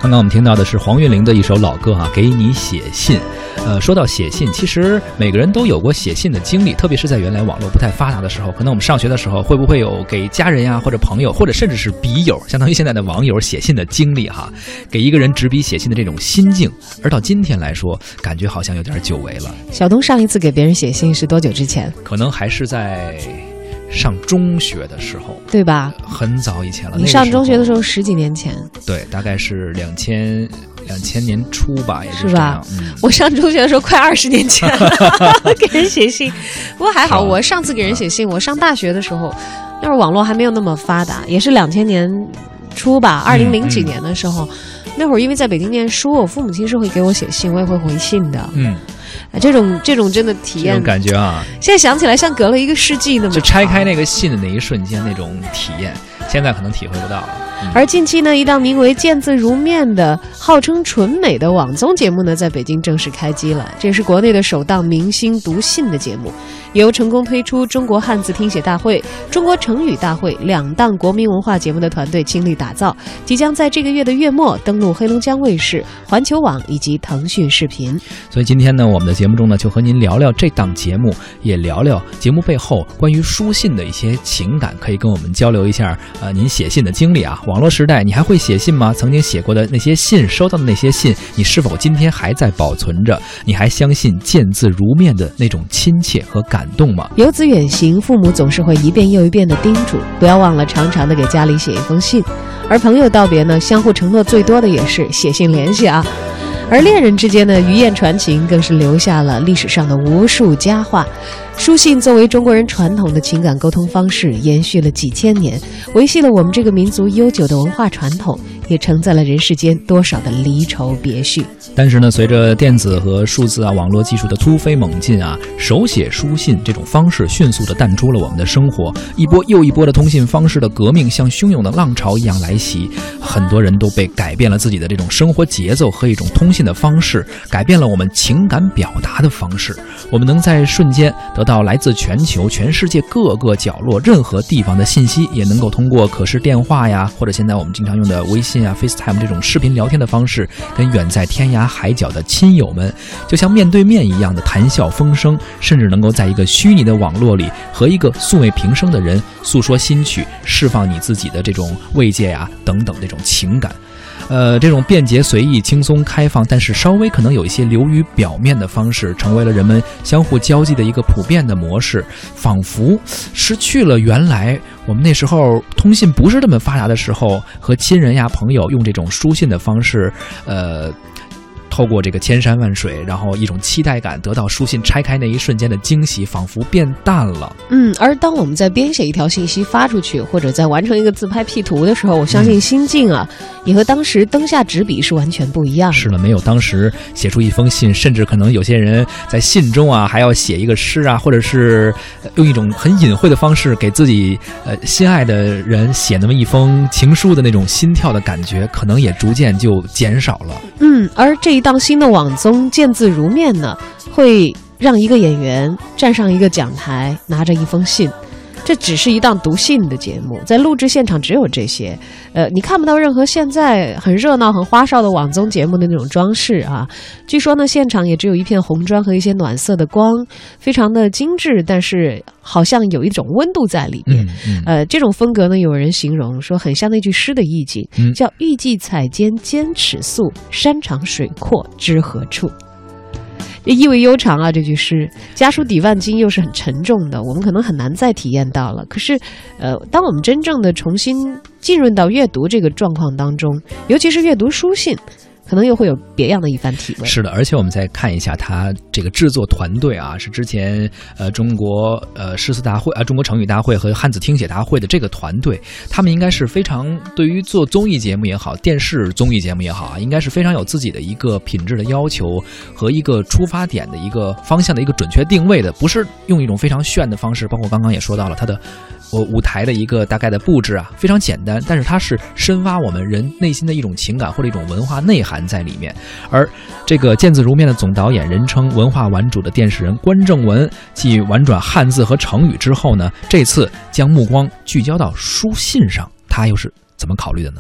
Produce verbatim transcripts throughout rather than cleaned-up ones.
刚刚我们听到的是黄韵玲的一首老歌啊，给你写信。呃，说到写信，其实每个人都有过写信的经历，特别是在原来网络不太发达的时候，可能我们上学的时候，会不会有给家人呀，或者朋友，或者甚至是笔友，相当于现在的网友写信的经历哈，给一个人执笔写信的这种心境，而到今天来说，感觉好像有点久违了。 小东上一次给别人写信是多久之前？ 可能还是在上中学的时候， 对吧？ 很早以前了。 你上中学的时候十几年前？ 对，大概是两千两千年初吧，也就是这样。是吧？嗯、我上中学的时候快二十年前了，给人写信。不过还好，我上次给人写信，我上大学的时候，那会儿网络还没有那么发达，也是两千年初吧，二零零几年的时候、嗯嗯，那会儿因为在北京念书，我父母亲是会给我写信，我也会回信的。嗯。这种这种真的体验， 这种感觉啊， 现在想起来像隔了一个世纪那么。 就拆开那个信的那一瞬间，那种体验，现在可能体会不到了。嗯、 而近期呢，一档名为《见字如面》的、号称纯美的网综节目呢，在北京正式开机了。这是国内的首档明星读信的节目，由成功推出中国汉字听写大会、中国成语大会两档国民文化节目的团队倾力打造，即将在这个月的月末登陆黑龙江卫视、环球网以及腾讯视频。 所以今天呢，我们的节目中呢，就和您聊聊这档节目，也聊聊节目背后关于书信的一些情感，可以跟我们交流一下呃，您写信的经历啊。网络时代，你还会写信吗？曾经写过的那些信，收到的那些信，你是否今天还在保存着？你还相信见字如面的那种亲切和感动吗？ 游子远行，父母总是会一遍又一遍的叮嘱，不要忘了长长的给家里写一封信。而朋友道别呢，相互承诺最多的也是写信联系啊。而恋人之间的余言传情更是留下了历史上的无数佳话。书信作为中国人传统的情感沟通方式，延续了几千年，维系了我们这个民族悠久的文化传统，也承载了人世间多少的离愁别绪。 但是呢，随着电子和数字啊网络技术的突飞猛进啊，手写书信这种方式迅速地淡出了我们的生活，一波又一波的通信方式的革命像汹涌的浪潮一样来袭，很多人都被改变了自己的这种生活节奏和一种通信的方式，改变了我们情感表达的方式。我们能在瞬间得到来自全球全世界各个角落任何地方的信息，也能够通过可视电话呀，或者现在我们经常用的微信啊 FaceTime 这种视频聊天的方式，跟远在天涯海角的亲友们就像面对面一样的谈笑风生，甚至能够在一个虚拟的网络里和一个素未平生的人诉说心曲，释放你自己的这种慰藉呀等等这种情感。呃，这种便捷随意、轻松开放，但是稍微可能有一些流于表面的方式，成为了人们相互交际的一个普遍的模式，仿佛失去了原来我们那时候通信不是这么发达的时候，和亲人呀、朋友用这种书信的方式，呃。透过这个千山万水，然后一种期待感，得到书信拆开那一瞬间的惊喜，仿佛变淡了。 嗯，而当我们在编写一条信息发出去，或者在完成一个自拍 P 图的时候，我相信心境啊，嗯、也和当时登下纸笔是完全不一样的。 是了，没有当时写出一封信，甚至可能有些人在信中啊，还要写一个诗啊，或者是用一种很隐晦的方式给自己呃心爱的人写那么一封情书的那种心跳的感觉，可能也逐渐就减少了。 嗯，而这一档新的网综《见字如面》呢，会让一个演员站上一个讲台，拿着一封信。这只是一档读信的节目，在录制现场只有这些，呃，你看不到任何现在很热闹、很花哨的网综节目的那种装饰啊。据说呢，现场也只有一片红砖和一些暖色的光，非常的精致，但是好像有一种温度在里面。嗯嗯、呃，这种风格呢，有人形容说很像那句诗的意境，嗯、叫“欲济采涧千尺素，山长水阔知何处”。意味悠长啊，这句诗家书抵万金，又是很沉重的，我们可能很难再体验到了。可是呃，当我们真正的重新浸润到阅读这个状况当中，尤其是阅读书信，可能又会有别样的一番体味。 是的，而且我们再看一下他这个制作团队啊，是之前呃中国呃诗词大会啊、中国成语大会和汉字听写大会的这个团队，他们应该是非常对于做综艺节目也好，电视综艺节目也好啊，应该是非常有自己的一个品质的要求和一个出发点的一个方向的一个准确定位的，不是用一种非常炫的方式，包括刚刚也说到了他的我舞台的一个大概的布置啊，非常简单，但是它是深挖我们人内心的一种情感或者一种文化内涵在里面。而这个见字如面的总导演，人称文化玩主的电视人关正文，继玩转汉字和成语之后呢，这次将目光聚焦到书信上，他又是怎么考虑的呢？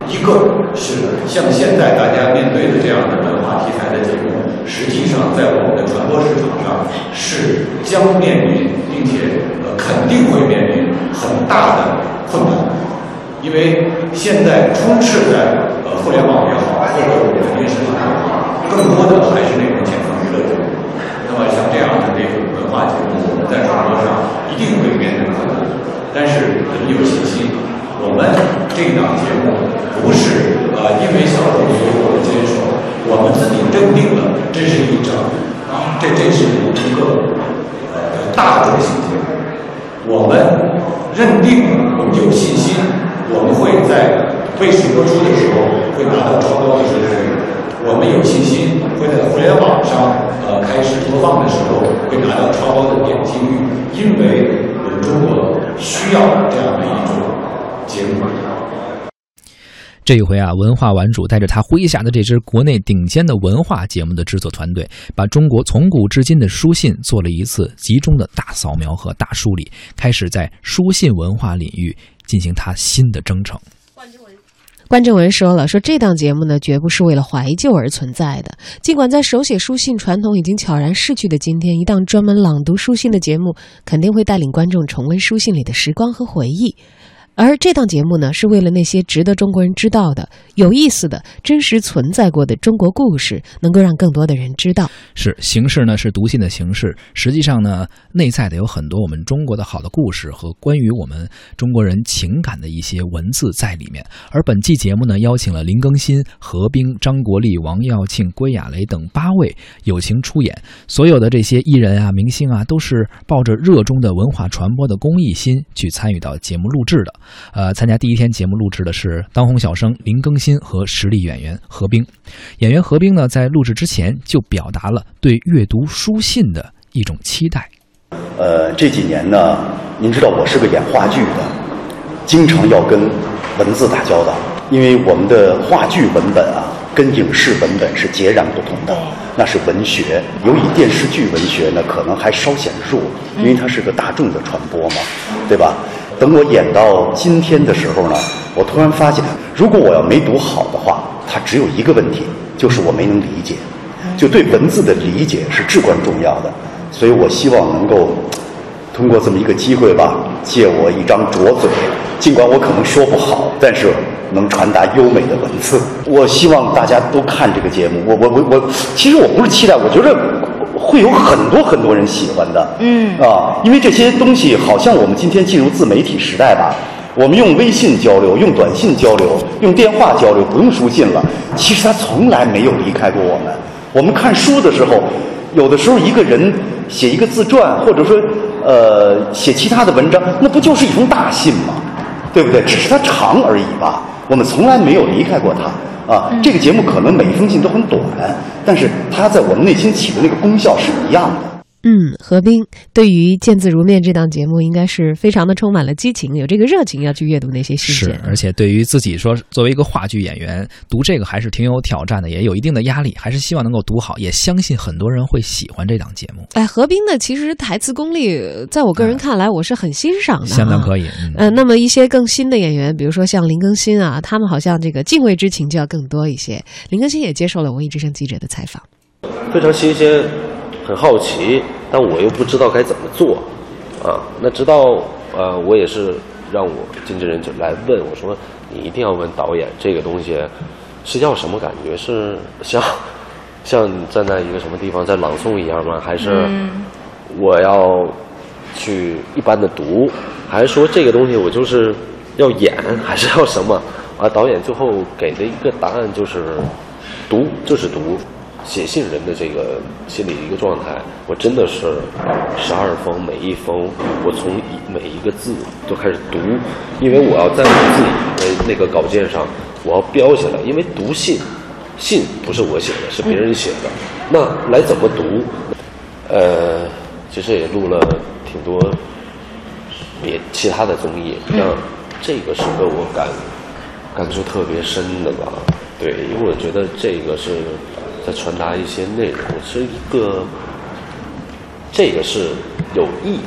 一个是像现在大家面对的这样的文化题材的节目，实际上在我们的传播市场上是将面临，并且呃肯定会面临很大的困难，因为现在充斥在呃互联网也好，或者我们的电视上也好，更多的还是那种浅层娱乐节目。那么像这样的这种文化节目，我们在传播上一定会面对困难，但是很有信心。我们这档节目不是呃因为小众所以我们接受，我们自己认定了这是一场啊，这这是一个呃大众性节目，我们认定了，我们有信心，我们会在卫视播出的时候会达到超高的收视率，我们有信心会在互联网上呃开始播放的时候会达到超高的点击率，因为我们中国需要这样的一种节目。 这一回啊，文化玩主带着他麾下的这支国内顶尖的文化节目的制作团队，把中国从古至今的书信做了一次集中的大扫描和大梳理，开始在书信文化领域进行他新的征程。 关正文说了，说这档节目呢，绝不是为了怀旧而存在的。尽管在手写书信传统已经悄然逝去的今天，一档专门朗读书信的节目，肯定会带领观众重温书信里的时光和回忆。而这档节目呢，是为了那些值得中国人知道的、有意思的、真实存在过的中国故事，能够让更多的人知道。 是，形式呢是读信的形式，实际上呢，内在的有很多我们中国的好的故事和关于我们中国人情感的一些文字在里面。而本期节目呢，邀请了林更新、何冰、张国立、王耀庆、归亚蕾等八位友情出演，所有的这些艺人啊、明星啊，都是抱着热衷的文化传播的公益心去参与到节目录制的。呃，参加第一天节目录制的是当红小生林更新和实力演员何冰。演员何冰呢，在录制之前就表达了对阅读书信的一种期待。 呃，这几年呢，您知道我是个演话剧的，经常要跟文字打交道，因为我们的话剧文本啊，跟影视文本是截然不同的，那是文学。尤以电视剧文学呢，可能还稍显弱，因为它是个大众的传播嘛，对吧？等我演到今天的时候呢，我突然发现，如果我要没读好的话，它只有一个问题，就是我没能理解。就对文字的理解是至关重要的，所以我希望能够通过这么一个机会吧，借我一张拙嘴，尽管我可能说不好，但是能传达优美的文字。我希望大家都看这个节目。我我我我，其实我不是期待，我觉得会有很多很多人喜欢的，嗯啊，因为这些东西好像我们今天进入自媒体时代吧，我们用微信交流，用短信交流，用电话交流，不用书信了。其实它从来没有离开过我们。我们看书的时候，有的时候一个人写一个自传，或者说呃写其他的文章，那不就是一封大信吗？对不对？只是它长而已吧。我们从来没有离开过它。啊，这个节目可能每一封信都很短，但是它在我们内心起的那个功效是一样的。 嗯，何冰对于《见字如面》这档节目应该是非常的充满了激情，有这个热情要去阅读那些信件。 是，而且对于自己说，作为一个话剧演员，读这个还是挺有挑战的，也有一定的压力，还是希望能够读好，也相信很多人会喜欢这档节目。 哎，何冰呢，其实台词功力，在我个人看来，我是很欣赏的、啊， 相当可以。嗯、 呃，那么一些更新的演员，比如说像林更新啊，他们好像这个敬畏之情就要更多一些。林更新也接受了文艺之声记者的采访， 非常新鲜。很好奇，但我又不知道该怎么做，啊，那直到呃，我也是让我经纪人就来问我说，你一定要问导演这个东西是要什么感觉？是像像你站在一个什么地方在朗诵一样吗？还是我要去一般的读？还是说这个东西我就是要演？还是要什么？啊，导演最后给的一个答案就是读，就是读。写信人的这个心理一个状态，我真的是十二封每一封，我从每一个字都开始读，因为我要在我自己的那个稿件上，我要标下来，因为读信，信不是我写的，是别人写的，那来怎么读？呃，其实也录了挺多别其他的综艺，那这个是给我感感触特别深的吧？对，因为我觉得这个是。在传达一些内容，是一个，这个是有意义，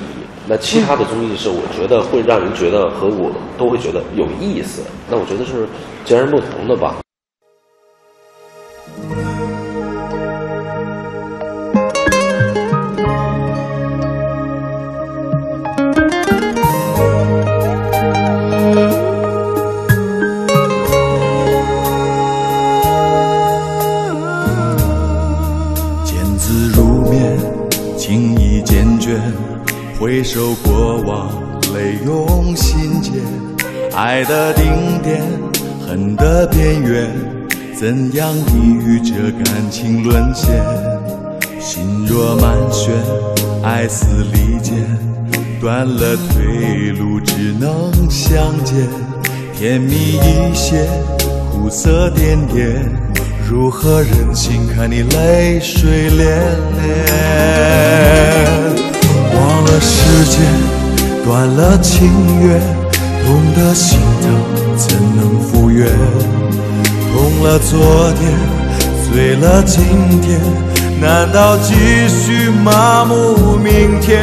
那其他的综艺是我觉得会让人觉得和我都会觉得有意思，那我觉得是截然不同的吧。 回首过往，泪涌心间，爱的顶点，恨的边缘，怎样抵御这感情沦陷？心若满眩，爱似利剑，断了退路，只能相见。甜蜜一些，苦涩点点，如何忍心看你泪水涟涟？忘了时间，断了情缘，痛的心疼怎能复原？痛了昨天，醉了今天，难道继续麻木明天？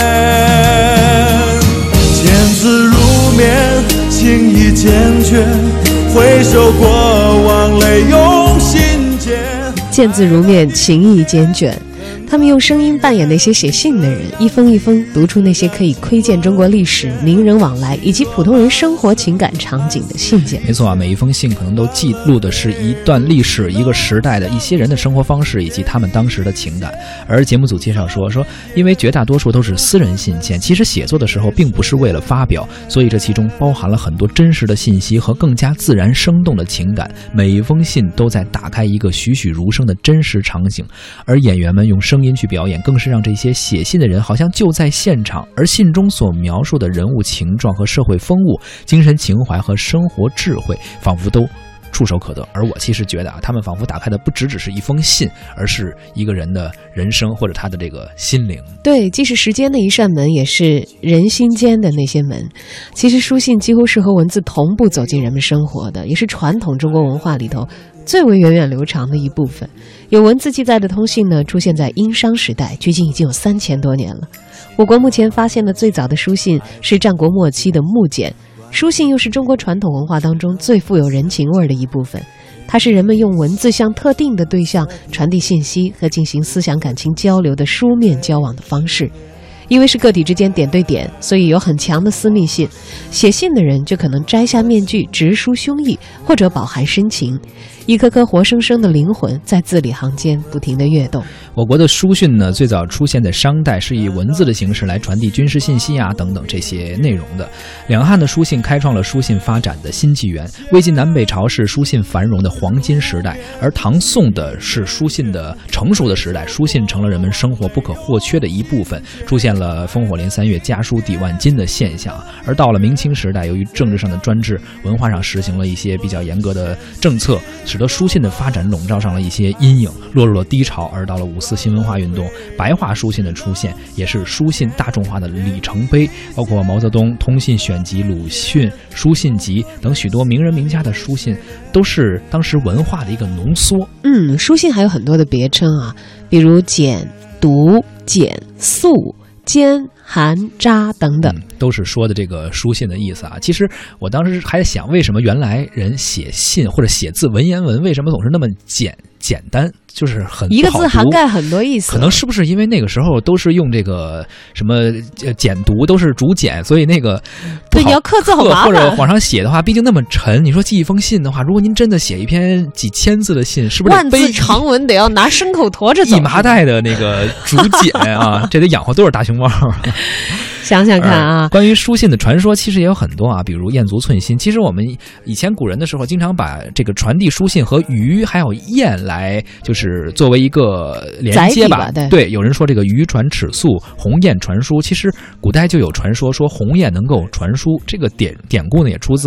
见字如面，情意缱绻，回首过往，泪涌心间。 见字如面，情意缱绻。他们用声音扮演那些写信的人，一封一封读出那些可以窥见中国历史、名人往来以及普通人生活情感场景的信件。 没错啊，每一封信可能都记录的是一段历史、一个时代的一些人的生活方式以及他们当时的情感。而节目组介绍说说，因为绝大多数都是私人信件，其实写作的时候并不是为了发表，所以这其中包含了很多真实的信息和更加自然生动的情感。每一封信都在打开一个栩栩如生的真实场景，而演员们用声音去表演，更是让这些写信的人好像就在现场，而信中所描述的人物情状和社会风物、精神情怀和生活智慧，仿佛都触手可得。而我其实觉得啊，他们仿佛打开的不只只是一封信，而是一个人的人生或者他的这个心灵。 对，既是时间的一扇门，也是人心间的那些门。其实书信几乎是和文字同步走进人们生活的，也是传统中国文化里头最为源远流长的一部分。有文字记载的通信呢，出现在殷商时代，距今已经有三千多年了。我国目前发现的最早的书信是战国末期的木简，书信又是中国传统文化当中最富有人情味的一部分。它是人们用文字向特定的对象传递信息和进行思想感情交流的书面交往的方式。因为是个体之间点对点，所以有很强的私密性。写信的人就可能摘下面具，直抒胸臆，或者饱含深情。一颗颗活生生的灵魂在字里行间不停地跃动。 我国的书讯呢，最早出现在商代，是以文字的形式来传递军事信息啊等等这些内容的。两汉的书信开创了书信发展的新纪元。魏晋南北朝是书信繁荣的黄金时代，而唐宋的是书信的成熟的时代，书信成了人们生活不可或缺的一部分，出现了烽火连三月、家书抵万金的现象。而到了明清时代，由于政治上的专制，文化上实行了一些比较严格的政策，使得书信的发展笼罩上了一些阴影，落入了低潮。而到了五四新文化运动，白话书信的出现也是书信大众化的里程碑。包括毛泽东通信选集、鲁迅书信集等许多名人名家的书信，都是当时文化的一个浓缩。 嗯，书信还有很多的别称啊，比如简、读、简、素、笺、函、札等等、 嗯，都是说的这个书信的意思啊。其实我当时还想，为什么原来人写信或者写字文言文，为什么总是那么简简单，就是很一个字涵盖很多意思？ 可能是不是因为那个时候都是用这个什么简读，都是竹简，所以那个对你要刻字好麻烦， 或者往上写的话，毕竟那么沉。你说寄一封信的话，如果您真的写一篇几千字的信，是不是万字长文得要拿牲口驮着走？ 一麻袋的那个竹简啊，这得养活多少大熊猫？ 想想看啊， 关于书信的传说其实也有很多啊，比如雁足寸心。其实我们以前古人的时候，经常把这个传递书信和鱼还有雁来就是作为一个连接吧。 对, 对，有人说这个鱼传尺素，鸿雁传书。其实古代就有传说说鸿雁能够传书，这个典典故呢也出自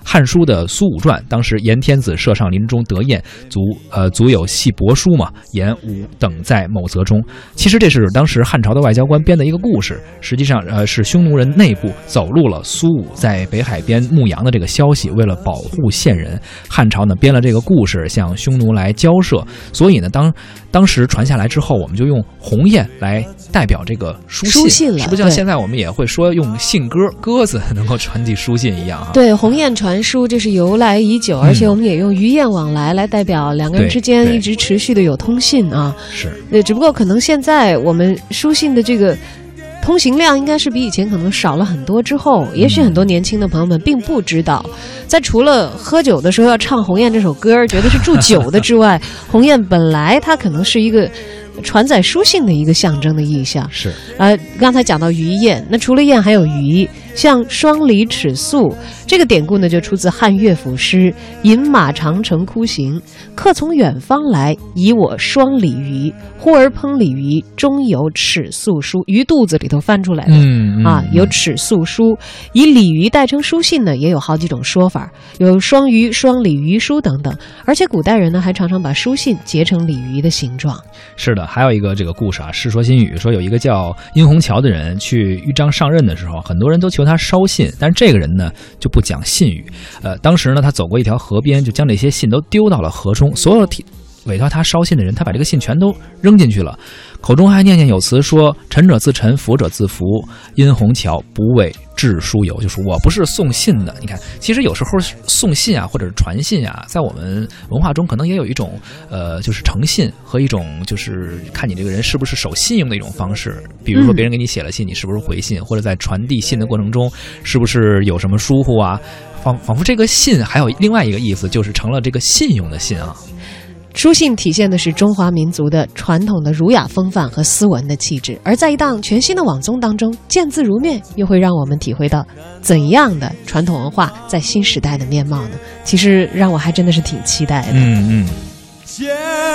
汉书》的苏武传，当时严天子射上林中得雁，足呃足有系帛书嘛，言武等在某则中。其实这是当时汉朝的外交官编的一个故事，实际上呃是匈奴人内部走漏了苏武在北海边牧羊的这个消息，为了保护县人，汉朝呢编了这个故事向匈奴来交涉，所以呢当当时传下来之后，我们就用鸿雁来代表这个书信， 书信了， 是不是像现在我们也会说用信鸽鸽子能够传递书信一样哈？ 对，鸿雁传书这是由来已久，而且我们也用鱼雁往来来代表两个人之间一直持续的有通信啊。 是， 对，只不过可能现在我们书信的这个通行量应该是比以前可能少了很多，之后也许很多年轻的朋友们并不知道，在除了喝酒的时候要唱《鸿雁》这首歌觉得是祝酒的之外，鸿雁本来它可能是一个传载书信的一个象征的意象。 是， 呃，刚才讲到鱼雁，那除了雁还有鱼，像双离尺素这个典故呢，就出自汉乐府诗《饮马长城窟行》，客从远方来，以我双鲤鱼，忽而烹鲤鱼，中有尺素书，鱼肚子里头翻出来的， 嗯, 嗯啊，有尺素书，以鲤鱼代称书信呢，也有好几种说法，有双鱼、双鲤鱼书等等，而且古代人呢还常常把书信结成鲤鱼的形状。 是的，还有一个这个故事啊，《世说新语》说有一个叫殷红桥的人去豫章上任的时候，很多人都求他捎信，但是这个人呢就不讲信语。呃，当时呢他走过一条河边，就将这些信都丢到了河中，所有的委托他捎信的人，他把这个信全都扔进去了，口中还念念有词说：“臣者自臣，福者自福。殷红桥不为致书邮。”就是我不是送信的。你看，其实有时候送信啊，或者是传信啊，在我们文化中可能也有一种呃，就是诚信和一种就是看你这个人是不是守信用的一种方式。比如说别人给你写了信，你是不是回信，或者在传递信的过程中是不是有什么疏忽啊？仿仿佛这个信还有另外一个意思，就是成了这个信用的信啊。 书信体现的是中华民族的传统的儒雅风范和斯文的气质，而在一档全新的网综当中，见字如面又会让我们体会到怎样的传统文化在新时代的面貌呢？其实让我还真的是挺期待的。 嗯嗯。 见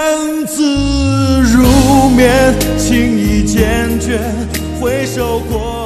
字如面，情意坚决，回首过